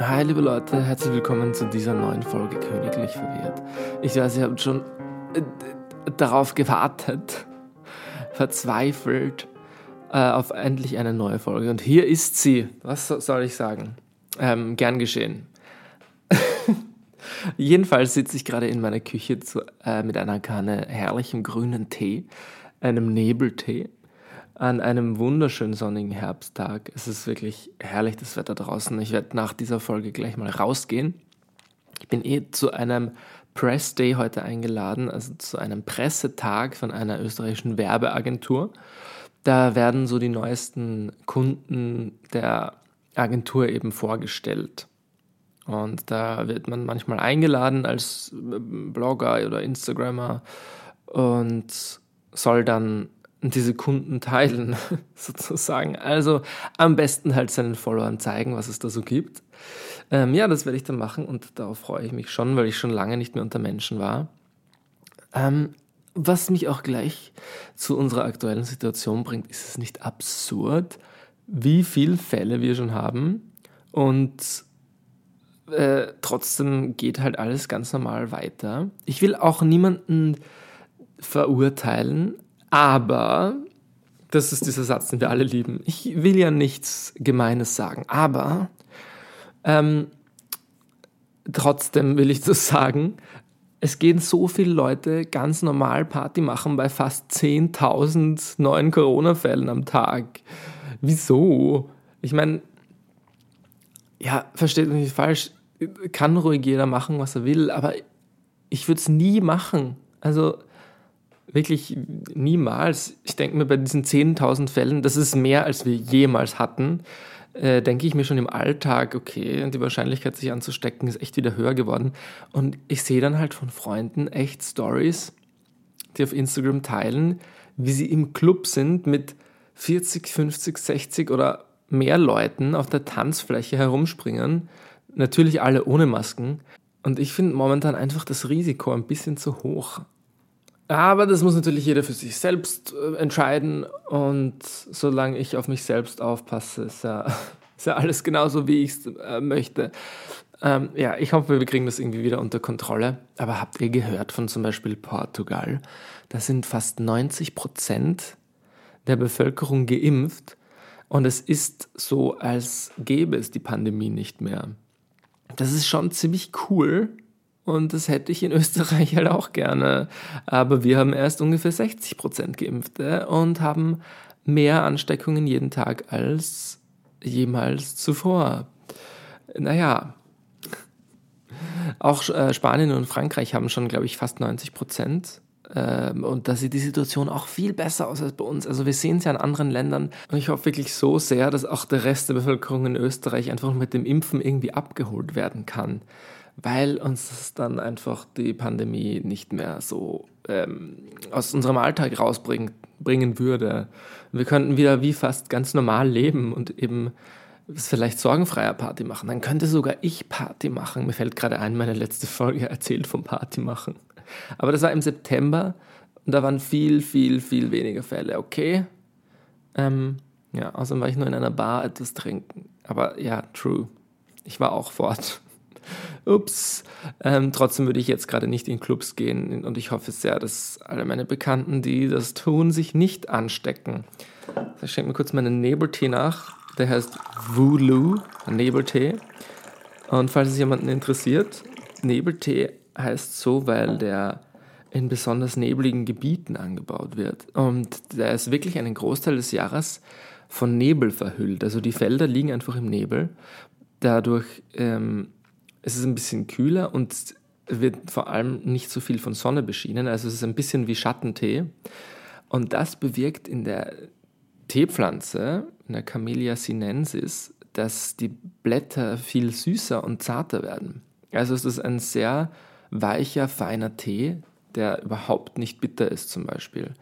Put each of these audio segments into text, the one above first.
Hi liebe Leute, herzlich willkommen zu dieser neuen Folge Königlich Verwirrt. Ich weiß, ihr habt schon darauf gewartet, verzweifelt auf endlich eine neue Folge. Und hier ist sie. Was soll ich sagen? Gern geschehen. Jedenfalls sitze ich gerade in meiner Küche mit einer Kanne herrlichem grünen Tee, einem Nebeltee, an einem wunderschönen sonnigen Herbsttag. Es ist wirklich herrlich, das Wetter draußen. Ich werde nach dieser Folge gleich mal rausgehen. Ich bin zu einem Press Day heute eingeladen, also zu einem Pressetag von einer österreichischen Werbeagentur. Da werden so die neuesten Kunden der Agentur eben vorgestellt. Und da wird man manchmal eingeladen als Blogger oder Instagrammer und soll dann diese Kunden teilen, sozusagen. Also am besten halt seinen Followern zeigen, was es da so gibt. Ja, das werde ich dann machen und darauf freue ich mich schon, weil ich schon lange nicht mehr unter Menschen war. Was mich auch gleich zu unserer aktuellen Situation bringt, ist es nicht absurd, wie viele Fälle wir schon haben und trotzdem geht halt alles ganz normal weiter. Ich will auch niemanden verurteilen, aber, das ist dieser Satz, den wir alle lieben, ich will ja nichts Gemeines sagen, aber trotzdem will ich das sagen, es gehen so viele Leute ganz normal Party machen bei fast 10.000 neuen Corona-Fällen am Tag. Wieso? Ich meine, ja, versteht mich nicht falsch, kann ruhig jeder machen, was er will, aber ich würde es nie machen. Also wirklich niemals. Ich denke mir bei diesen 10.000 Fällen, das ist mehr, als wir jemals hatten, denke ich mir schon im Alltag, okay, die Wahrscheinlichkeit, sich anzustecken, ist echt wieder höher geworden. Und ich sehe dann halt von Freunden echt Stories, die auf Instagram teilen, wie sie im Club sind mit 40, 50, 60 oder mehr Leuten auf der Tanzfläche herumspringen. Natürlich alle ohne Masken. Und ich finde momentan einfach das Risiko ein bisschen zu hoch. Aber das muss natürlich jeder für sich selbst entscheiden und solange ich auf mich selbst aufpasse, ist ja alles genauso, wie ich es möchte. Ja, ich hoffe, wir kriegen das irgendwie wieder unter Kontrolle. Aber habt ihr gehört von zum Beispiel Portugal? Da sind fast 90% der Bevölkerung geimpft und es ist so, als gäbe es die Pandemie nicht mehr. Das ist schon ziemlich cool. Und das hätte ich in Österreich halt auch gerne. Aber wir haben erst ungefähr 60% Geimpfte und haben mehr Ansteckungen jeden Tag als jemals zuvor. Naja, auch Spanien und Frankreich haben schon, glaube ich, fast 90%. Und da sieht die Situation auch viel besser aus als bei uns. Also wir sehen es ja in anderen Ländern. Und ich hoffe wirklich so sehr, dass auch der Rest der Bevölkerung in Österreich einfach mit dem Impfen irgendwie abgeholt werden kann. Weil uns dann einfach die Pandemie nicht mehr so aus unserem Alltag rausbringen würde. Wir könnten wieder wie fast ganz normal leben und eben vielleicht sorgenfreier Party machen. Dann könnte sogar ich Party machen. Mir fällt gerade ein, meine letzte Folge erzählt vom Party machen. Aber das war im September und da waren viel, viel, viel weniger Fälle. Okay, ja, außerdem war ich nur in einer Bar etwas trinken. Aber ja, true. Ich war auch fort. Ups. Trotzdem würde ich jetzt gerade nicht in Clubs gehen und ich hoffe sehr, dass alle meine Bekannten, die das tun, sich nicht anstecken. Ich schenke mir kurz meinen Nebeltee nach. Der heißt Wooloo, Nebeltee. Und falls es jemanden interessiert, Nebeltee heißt so, weil der in besonders nebligen Gebieten angebaut wird. Und der ist wirklich einen Großteil des Jahres von Nebel verhüllt. Also die Felder liegen einfach im Nebel. Dadurch es ist ein bisschen kühler und wird vor allem nicht so viel von Sonne beschienen. Also es ist ein bisschen wie Schattentee. Und das bewirkt in der Teepflanze, in der Camellia sinensis, dass die Blätter viel süßer und zarter werden. Also es ist ein sehr weicher, feiner Tee, der überhaupt nicht bitter ist zum Beispiel.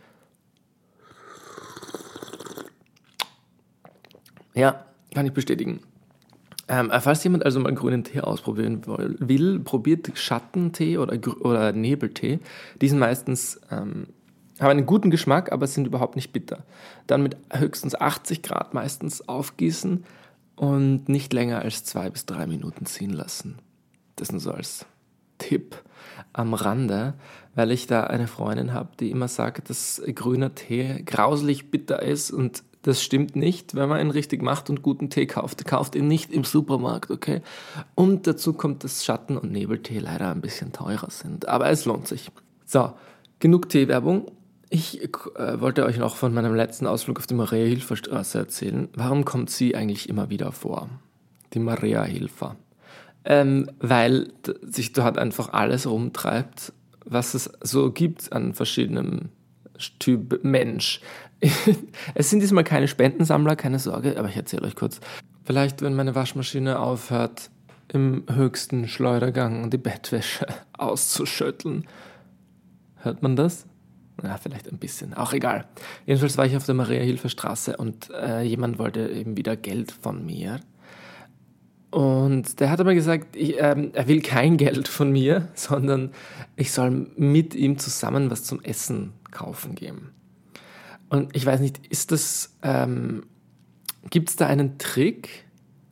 Ja, kann ich bestätigen. Falls jemand also mal grünen Tee ausprobieren will, probiert Schattentee oder Nebeltee. Die sind meistens, haben einen guten Geschmack, aber sind überhaupt nicht bitter. Dann mit höchstens 80 Grad meistens aufgießen und nicht länger als 2 bis 3 Minuten ziehen lassen. Das nur so als Tipp am Rande, weil ich da eine Freundin habe, die immer sagt, dass grüner Tee grauslich bitter ist und das stimmt nicht, wenn man ihn richtig macht und guten Tee kauft. Kauft ihn nicht im Supermarkt, okay? Und dazu kommt, dass Schatten- und Nebeltee leider ein bisschen teurer sind, aber es lohnt sich. So, genug Teewerbung. Ich wollte euch noch von meinem letzten Ausflug auf die Maria-Hilfer-Straße erzählen. Warum kommt sie eigentlich immer wieder vor? Die Maria-Hilfer. Weil sich dort einfach alles rumtreibt, was es so gibt an verschiedenem Typ Mensch. Es sind diesmal keine Spendensammler, keine Sorge, aber ich erzähle euch kurz. Vielleicht, wenn meine Waschmaschine aufhört, im höchsten Schleudergang die Bettwäsche auszuschütteln. Hört man das? Ja, vielleicht ein bisschen, auch egal. Jedenfalls war ich auf der Maria-Hilfer-Straße und jemand wollte eben wieder Geld von mir. Und der hat aber gesagt, er will kein Geld von mir, sondern ich soll mit ihm zusammen was zum Essen kaufen gehen. Und ich weiß nicht, gibt es da einen Trick,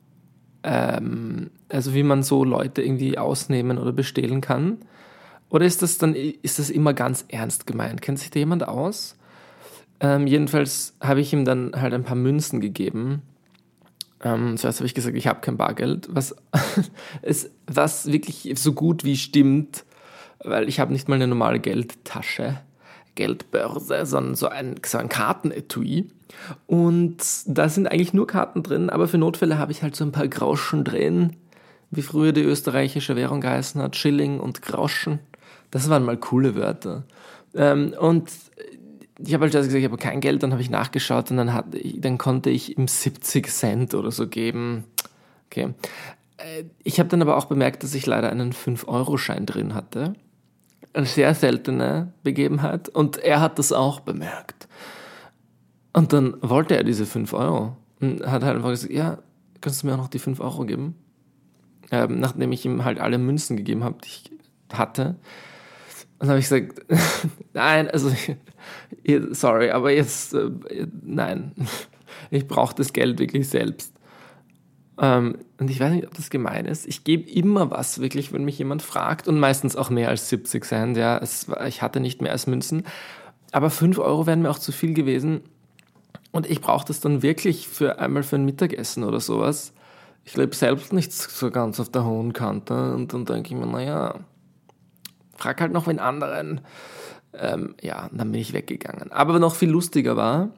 also wie man so Leute irgendwie ausnehmen oder bestehlen kann? Oder ist das immer ganz ernst gemeint? Kennt sich da jemand aus? Jedenfalls habe ich ihm dann halt ein paar Münzen gegeben. Zuerst habe ich gesagt, ich habe kein Bargeld, was wirklich so gut wie stimmt, weil ich habe nicht mal eine normale Geldtasche, Geldbörse, sondern so ein Kartenetui. Und da sind eigentlich nur Karten drin, aber für Notfälle habe ich halt so ein paar Groschen drin, wie früher die österreichische Währung geheißen hat, Schilling und Groschen. Das waren mal coole Wörter. Und ich habe halt gesagt, ich habe kein Geld, dann habe ich nachgeschaut und dann konnte ich ihm 70 Cent oder so geben. Okay. Ich habe dann aber auch bemerkt, dass ich leider einen 5-Euro-Schein drin hatte. Eine sehr seltene Begebenheit. Und er hat das auch bemerkt. Und dann wollte er diese 5 Euro. Und hat halt einfach gesagt, ja, kannst du mir auch noch die 5 Euro geben? Nachdem ich ihm halt alle Münzen gegeben habe, die ich hatte. Und dann habe ich gesagt, nein, also, sorry, aber jetzt, nein, ich brauche das Geld wirklich selbst. Und ich weiß nicht, ob das gemein ist. Ich gebe immer was, wirklich, wenn mich jemand fragt und meistens auch mehr als 70 Cent, ja. Ich hatte nicht mehr als Münzen, aber 5 Euro wären mir auch zu viel gewesen und ich brauche das dann wirklich einmal für ein Mittagessen oder sowas. Ich lebe selbst nicht so ganz auf der hohen Kante und dann denke ich mir, naja, frag halt noch wen anderen. Ja, und dann bin ich weggegangen. Aber noch viel lustiger war,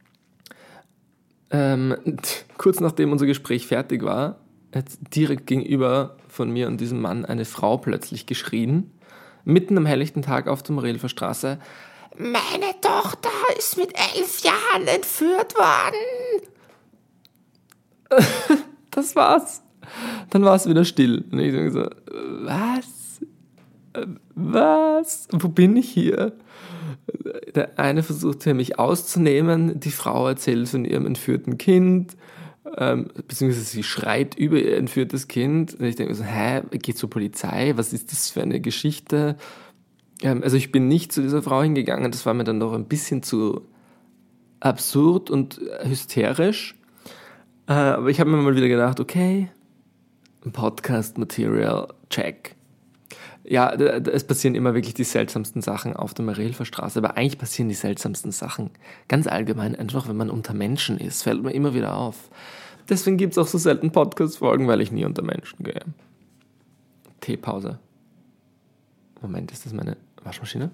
kurz nachdem unser Gespräch fertig war, hat direkt gegenüber von mir und diesem Mann eine Frau plötzlich geschrien, mitten am helllichten Tag auf der Maria-Hilfer Straße: Meine Tochter ist mit 11 Jahren entführt worden. Das war's. Dann war es wieder still. Und ich so, was? Wo bin ich hier? Der eine versucht mich auszunehmen, die Frau erzählt von ihrem entführten Kind, beziehungsweise sie schreit über ihr entführtes Kind. Und ich denke so, geht zur Polizei? Was ist das für eine Geschichte? Also ich bin nicht zu dieser Frau hingegangen, das war mir dann doch ein bisschen zu absurd und hysterisch. Aber ich habe mir mal wieder gedacht, okay, Podcast-Material, check. Ja, es passieren immer wirklich die seltsamsten Sachen auf der Maria-Hilfer Straße, aber eigentlich passieren die seltsamsten Sachen ganz allgemein, einfach wenn man unter Menschen ist, fällt mir immer wieder auf. Deswegen gibt es auch so selten Podcast-Folgen, weil ich nie unter Menschen gehe. Teepause. Moment, ist das meine Waschmaschine?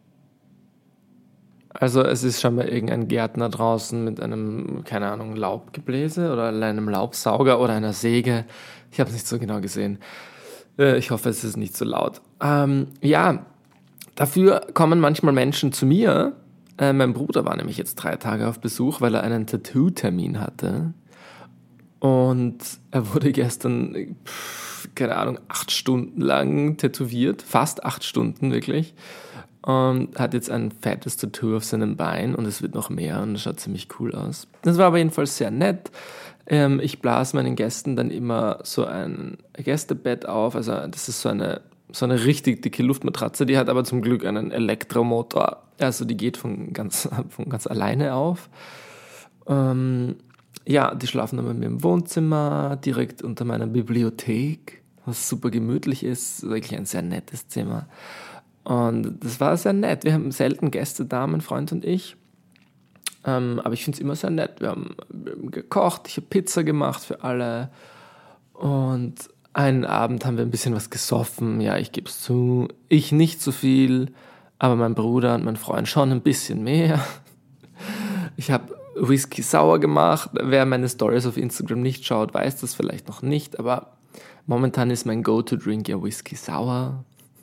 Also es ist scheinbar irgendein Gärtner draußen mit einem, keine Ahnung, Laubgebläse oder einem Laubsauger oder einer Säge. Ich habe es nicht so genau gesehen. Ich hoffe, es ist nicht so laut. Ja, dafür kommen manchmal Menschen zu mir. Mein Bruder war nämlich jetzt 3 Tage auf Besuch, weil er einen Tattoo-Termin hatte. Und er wurde gestern, keine Ahnung, 8 Stunden lang tätowiert. Fast 8 Stunden, wirklich. Und hat jetzt ein fettes Tattoo auf seinem Bein und es wird noch mehr und es schaut ziemlich cool aus. Das war aber jedenfalls sehr nett. Ich blase meinen Gästen dann immer so ein Gästebett auf, also das ist so eine richtig dicke Luftmatratze, die hat aber zum Glück einen Elektromotor, also die geht von ganz alleine auf. ja, die schlafen dann bei mir im Wohnzimmer, direkt unter meiner Bibliothek, was super gemütlich ist, wirklich ein sehr nettes Zimmer. Und das war sehr nett. Wir haben selten Gäste da, mein Freund und ich. Aber ich finde es immer sehr nett. Wir haben gekocht, ich habe Pizza gemacht für alle. Und einen Abend haben wir ein bisschen was gesoffen. Ja, ich gebe es zu. Ich nicht so viel, aber mein Bruder und mein Freund schon ein bisschen mehr. Ich habe Whisky Sour gemacht. Wer meine Stories auf Instagram nicht schaut, weiß das vielleicht noch nicht. Aber momentan ist mein Go-To-Drink ja Whisky Sour.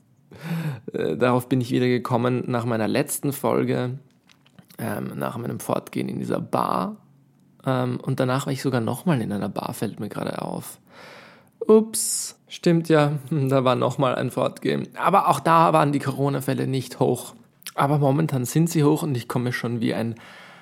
Darauf bin ich wieder gekommen nach meiner letzten Folge, nach meinem Fortgehen in dieser Bar. Und danach war ich sogar nochmal in einer Bar, fällt mir gerade auf. Ups, stimmt ja, da war nochmal ein Fortgehen. Aber auch da waren die Corona-Fälle nicht hoch. Aber momentan sind sie hoch und ich komme schon wie ein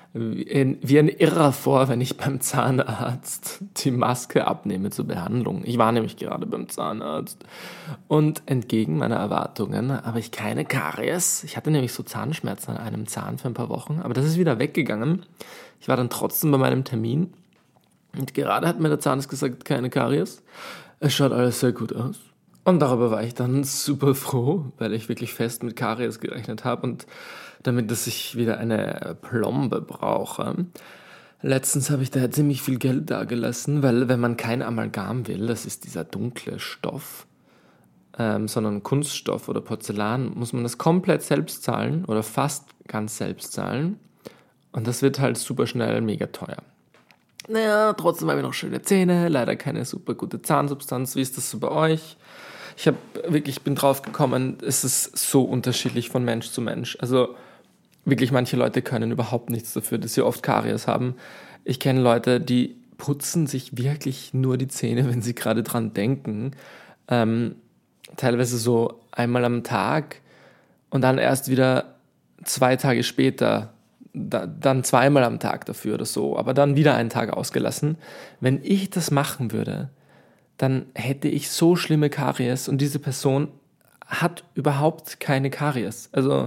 Irrer vor, wenn ich beim Zahnarzt die Maske abnehme zur Behandlung. Ich war nämlich gerade beim Zahnarzt und entgegen meiner Erwartungen habe ich keine Karies. Ich hatte nämlich so Zahnschmerzen an einem Zahn für ein paar Wochen, aber das ist wieder weggegangen. Ich war dann trotzdem bei meinem Termin und gerade hat mir der Zahnarzt gesagt, keine Karies. Es schaut alles sehr gut aus. Und darüber war ich dann super froh, weil ich wirklich fest mit Karies gerechnet habe und damit, dass ich wieder eine Plombe brauche. Letztens habe ich da ziemlich viel Geld dagelassen, weil wenn man kein Amalgam will, das ist dieser dunkle Stoff, sondern Kunststoff oder Porzellan, muss man das komplett selbst zahlen oder fast ganz selbst zahlen. Und das wird halt super schnell mega teuer. Naja, trotzdem habe ich noch schöne Zähne, leider keine super gute Zahnsubstanz. Wie ist das so bei euch? Ich bin drauf gekommen, es ist so unterschiedlich von Mensch zu Mensch. Also wirklich, manche Leute können überhaupt nichts dafür, dass sie oft Karies haben. Ich kenne Leute, die putzen sich wirklich nur die Zähne, wenn sie gerade dran denken. Teilweise so einmal am Tag und dann erst wieder 2 Tage später, dann zweimal am Tag dafür oder so, aber dann wieder einen Tag ausgelassen. Wenn ich das machen würde, dann hätte ich so schlimme Karies und diese Person hat überhaupt keine Karies. Also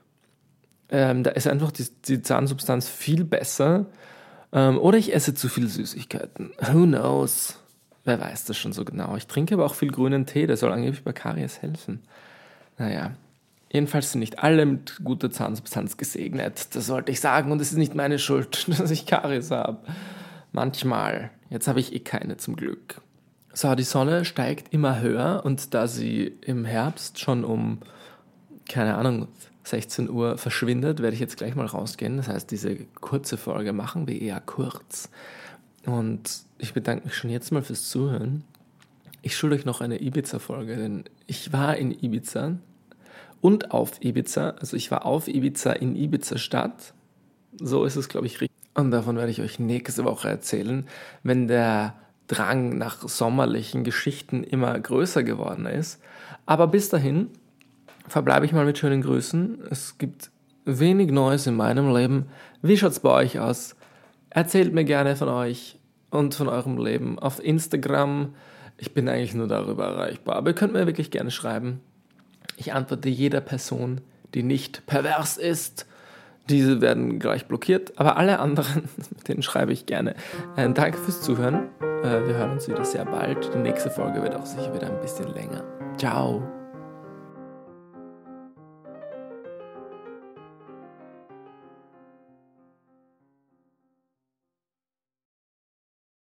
da ist einfach die Zahnsubstanz viel besser. Oder ich esse zu viel Süßigkeiten. Who knows? Wer weiß das schon so genau. Ich trinke aber auch viel grünen Tee, der soll angeblich bei Karies helfen. Naja, jedenfalls sind nicht alle mit guter Zahnsubstanz gesegnet. Das sollte ich sagen und es ist nicht meine Schuld, dass ich Karies habe. Manchmal. Jetzt habe ich eh keine zum Glück. So, die Sonne steigt immer höher und da sie im Herbst schon um, keine Ahnung, 16 Uhr verschwindet, werde ich jetzt gleich mal rausgehen. Das heißt, diese kurze Folge machen wir eher kurz. Und ich bedanke mich schon jetzt mal fürs Zuhören. Ich schulde euch noch eine Ibiza-Folge, denn ich war in Ibiza und auf Ibiza. Also ich war auf Ibiza in Ibiza-Stadt. So ist es, glaube ich, richtig. Und davon werde ich euch nächste Woche erzählen, wenn der Drang nach sommerlichen Geschichten immer größer geworden ist. Aber bis dahin verbleibe ich mal mit schönen Grüßen. Es gibt wenig Neues in meinem Leben. Wie schaut es bei euch aus? Erzählt mir gerne von euch und von eurem Leben auf Instagram. Ich bin eigentlich nur darüber erreichbar, aber ihr könnt mir wirklich gerne schreiben. Ich antworte jeder Person, die nicht pervers ist. Diese werden gleich blockiert, aber alle anderen, mit denen schreibe ich gerne. Danke fürs Zuhören. Wir hören uns wieder sehr bald. Die nächste Folge wird auch sicher wieder ein bisschen länger. Ciao.